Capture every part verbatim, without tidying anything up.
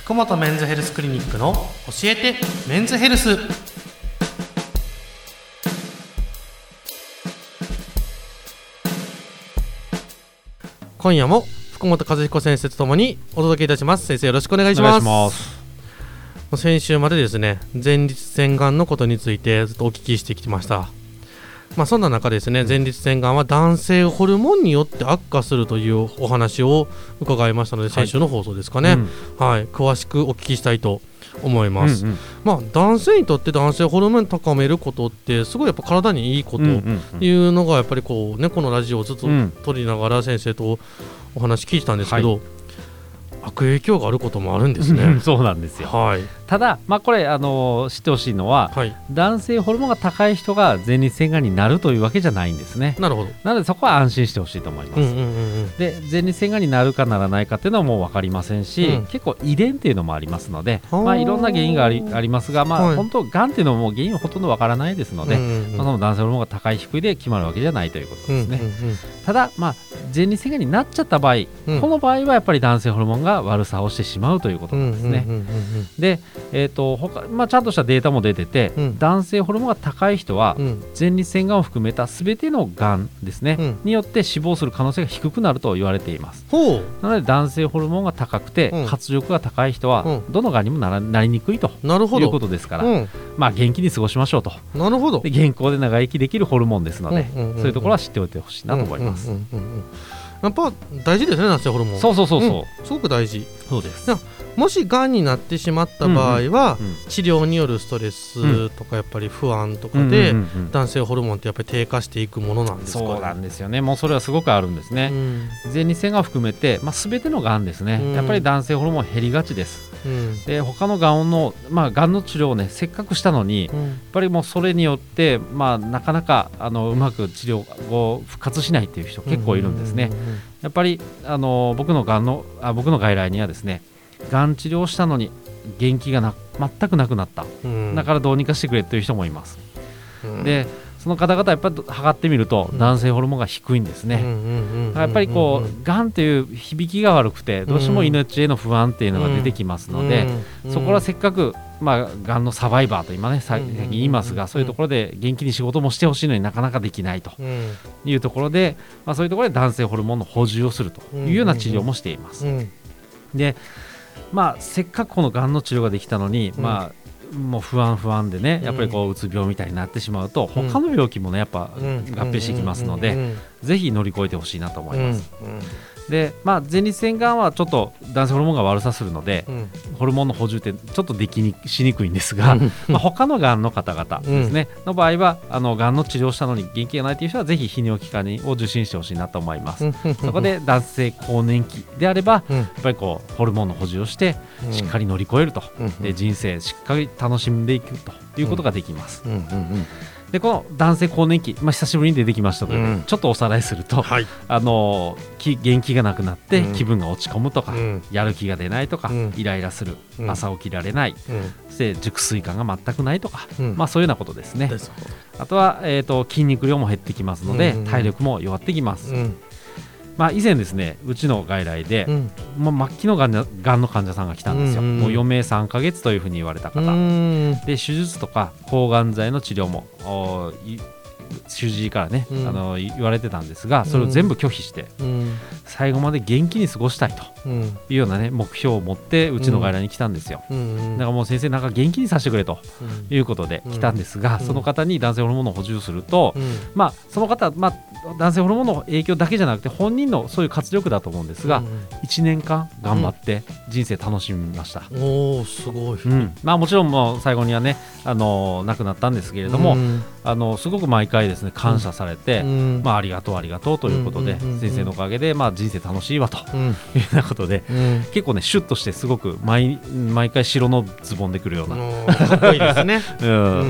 福本メンズヘルスクリニックの教えてメンズヘルス。今夜も福本和彦先生とともにお届けいたします。先生よろしくお願いします。 お願いします。 先週までですね、前立腺がんのことについてずっとお聞きしてきました。まあ、そんな中ですね、前立腺がんは男性ホルモンによって悪化するというお話を伺いましたので、先週の放送ですかね、はい、うんはい、詳しくお聞きしたいと思います、うんうん。まあ、男性にとって男性ホルモンを高めることってすごいやっぱ体にいいこというのがやっぱりこう、ね、このラジオをずっと撮りながら先生とお話聞いてたんですけど、はい、悪影響があることもあるんですね、うん、 そうなんですよ、はい、ただ、まあ、これあの知ってほしいのは、はい、男性ホルモンが高い人が前立腺がんになるというわけじゃないんですね。 なるほど。 なのでそこは安心してほしいと思います、うんうんうんうん、で前立腺がんになるかならないかっていうのはもう分かりませんし、うん、結構遺伝っていうのもありますので、まあ、いろんな原因があり、ありますが、まあはい、本当がんっていうのも原因はほとんど分からないですので、うんうんうん、まあ、その男性ホルモンが高い低いで決まるわけじゃないということですね、うんうんうん、ただ、まあ、前立腺がんになっちゃった場合、うん、この場合はやっぱり男性ホルモンが悪さをしてしまうということなんですね、うんうんうんうん、で、えーと他まあ、ちゃんとしたデータも出てて、うん、男性ホルモンが高い人は、うん、前立腺がんを含めた全てのがんですね、うん、によって死亡する可能性が低くなると言われています。ほう。なので男性ホルモンが高くて、うん、活力が高い人は、うん、どのがんにも な, らなりにくいということですから、うん、まあ、元気に過ごしましょうと。 なるほど。 で健康で長生きできるホルモンですので、うんうんうんうん、そういうところは知っておいてほしいなと思います、うんうんうんうん。 やっぱ大事ですね、男性ホルモン。 そうそうそうそう、 うん、すごく大事。 そうです。 もしがんになってしまった場合は、うんうんうん、治療によるストレスとかやっぱり不安とかで、うんうんうん、男性ホルモンってやっぱり低下していくものなんですかね。 そうなんですよね。もうそれはすごくあるんですね、うん、前立腺がんを含めて、まあ、全てのがんですね、うん、やっぱり男性ホルモン減りがちです、うん、で他のがんの、まあ、がんの治療をねせっかくしたのに、うん、やっぱりもうそれによって、まあ、なかなかあのうまく治療を復活しないっていう人結構いるんですね、うんうんうんうん。やっぱりあの僕のがんのあ僕の外来にはですね、がん治療したのに元気がな全くなくなった、うん、だからどうにかしてくれという人もいます、うん、でその方々やっぱり測ってみると、うん、男性ホルモンが低いんですね。やっぱりこうがんという響きが悪くてどうしても命への不安っていうのが出てきますので、うん、そこはせっかくまあ、がんのサバイバーと今ね最近言いますが、そういうところで元気に仕事もしてほしいのになかなかできないというところで、まあ、そういうところで男性ホルモンの補充をするというような治療もしています、うんうん、でまあ、せっかくこのがんの治療ができたのに、うん、まあ、もう不安不安でね、やっぱりこううつ病みたいになってしまうと、うん、他の病気もねやっぱ合併してきますので、ぜひ乗り越えてほしいなと思います、うんうん。でまあ、前立腺がんはちょっと男性ホルモンが悪さするので、うん、ホルモンの補充ってちょっとできにしにくいんですが、まあ、他のがんの方々ですね、うん、の場合はあのがんの治療したのに元気がないという人はぜひ泌尿器科を受診してほしいなと思います、うん、そこで男性更年期であれば、うん、やっぱりこうホルモンの補充をしてしっかり乗り越えると、うん、で人生しっかり楽しんでいくということができます、うんうんうんうん。でこの男性更年期、まあ、久しぶりに出てきましたので、うん、ちょっとおさらいすると、はい、あの元気がなくなって気分が落ち込むとか、うん、やる気が出ないとか、うん、イライラする、うん、朝起きられない、うん、そして熟睡感が全くないとか、うん、まあ、そういうようなことですね。あとは、えーと、筋肉量も減ってきますので、うん、体力も弱ってきます、うん。まあ、以前ですねうちの外来で、うん、もう末期のがん、がんの患者さんが来たんですよ、うんうん、もう余命さんかげつというふうに言われた方、うん、で手術とか抗がん剤の治療も主治医からね、うん、あの言われてたんですが、それを全部拒否して、うん、最後まで元気に過ごしたいというような、ね、目標を持ってうちの外来に来たんですよ、うん、だからもう先生なんか元気にさせてくれということで来たんですが、うん、その方に男性ホルモンの補充すると、うん、まあ、その方、まあ、男性ホルモンの影響だけじゃなくて本人のそういう活力だと思うんですが、うん、いちねんかん頑張って人生楽しみました、うん、おーすごい、うん、まあ、もちろんもう最後にはねあの亡くなったんですけれども、うん、あのすごく毎回ですね感謝されて、うん、まあ、ありがとうありがとうということで、うん、先生のおかげで、まあ、人生楽しいわと、うん、いうようなことで、うん、結構ねシュッとしてすごく 毎, 毎回白のズボンでくるようなかっこいいですね、 うん、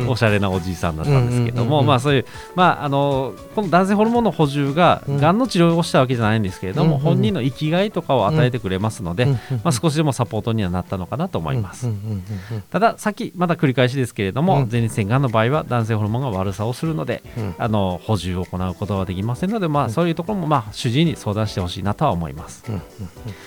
おしゃれなおじいさんだったんですけども、まあそういう、まあ、あのこの男性ホルモンの補充ががんの治療をしたわけじゃないんですけれども、うん、本人の生きがいとかを与えてくれますので、うん、まあ、少しでもサポートにはなったのかなと思います、うん、たださっきまだ繰り返しですけれども、うん、前立腺がんの場合は男性ホルモンが悪さをするので、うん、あの補充を行うことはできませんので、まあ、そういうところも、まあ、主治医に相談してほしいなとは思います、うんうんうん。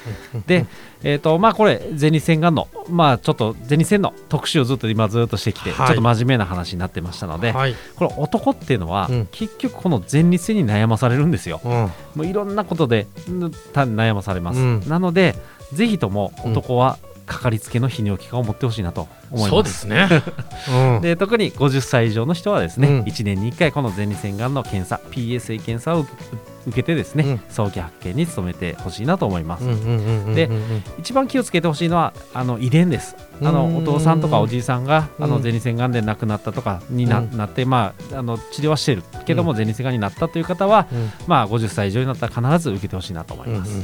で、えーとまあ、これ前立腺がんの、まあ、ちょっと前立腺の特集をずっと今ずっとしてきて、はい、ちょっと真面目な話になってましたので、はい、これ男っていうのは、うん、結局この前立腺に悩まされるんですよ、うん、もういろんなことで悩まされます、うん、なのでぜひとも男はかかりつけの泌尿器科を持ってほしいなと思います。 そうですね、 うん、で特にごじゅっさい以上の人はですね、うん、いちねんにいっかいこの前立腺がんの検査 ピーエーエスエー 検査を受けてですね、うん、早期発見に努めてほしいなと思います。で一番気をつけてほしいのはあの遺伝です。あのお父さんとかおじいさんがあの前立腺がんで亡くなったとかに な,、うん、なって、まあ、あの治療はしているけども、うん、前立腺がんになったという方は、うんまあ、ごじゅっさい以上になったら必ず受けてほしいなと思います。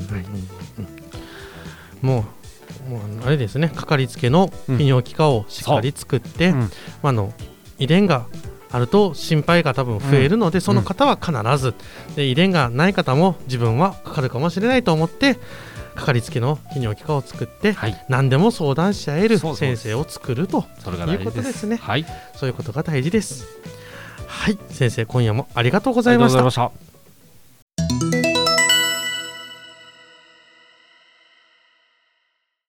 もうもうあれですね、かかりつけの泌尿器科をしっかり作って、うん、あの遺伝があると心配が多分増えるので、うん、その方は必ずで遺伝がない方も自分はかかるかもしれないと思ってかかりつけの泌尿器科を作って、はい、何でも相談し合える先生を作るということですね。はい、そういうことが大事です。はい、先生今夜もありがとうございました。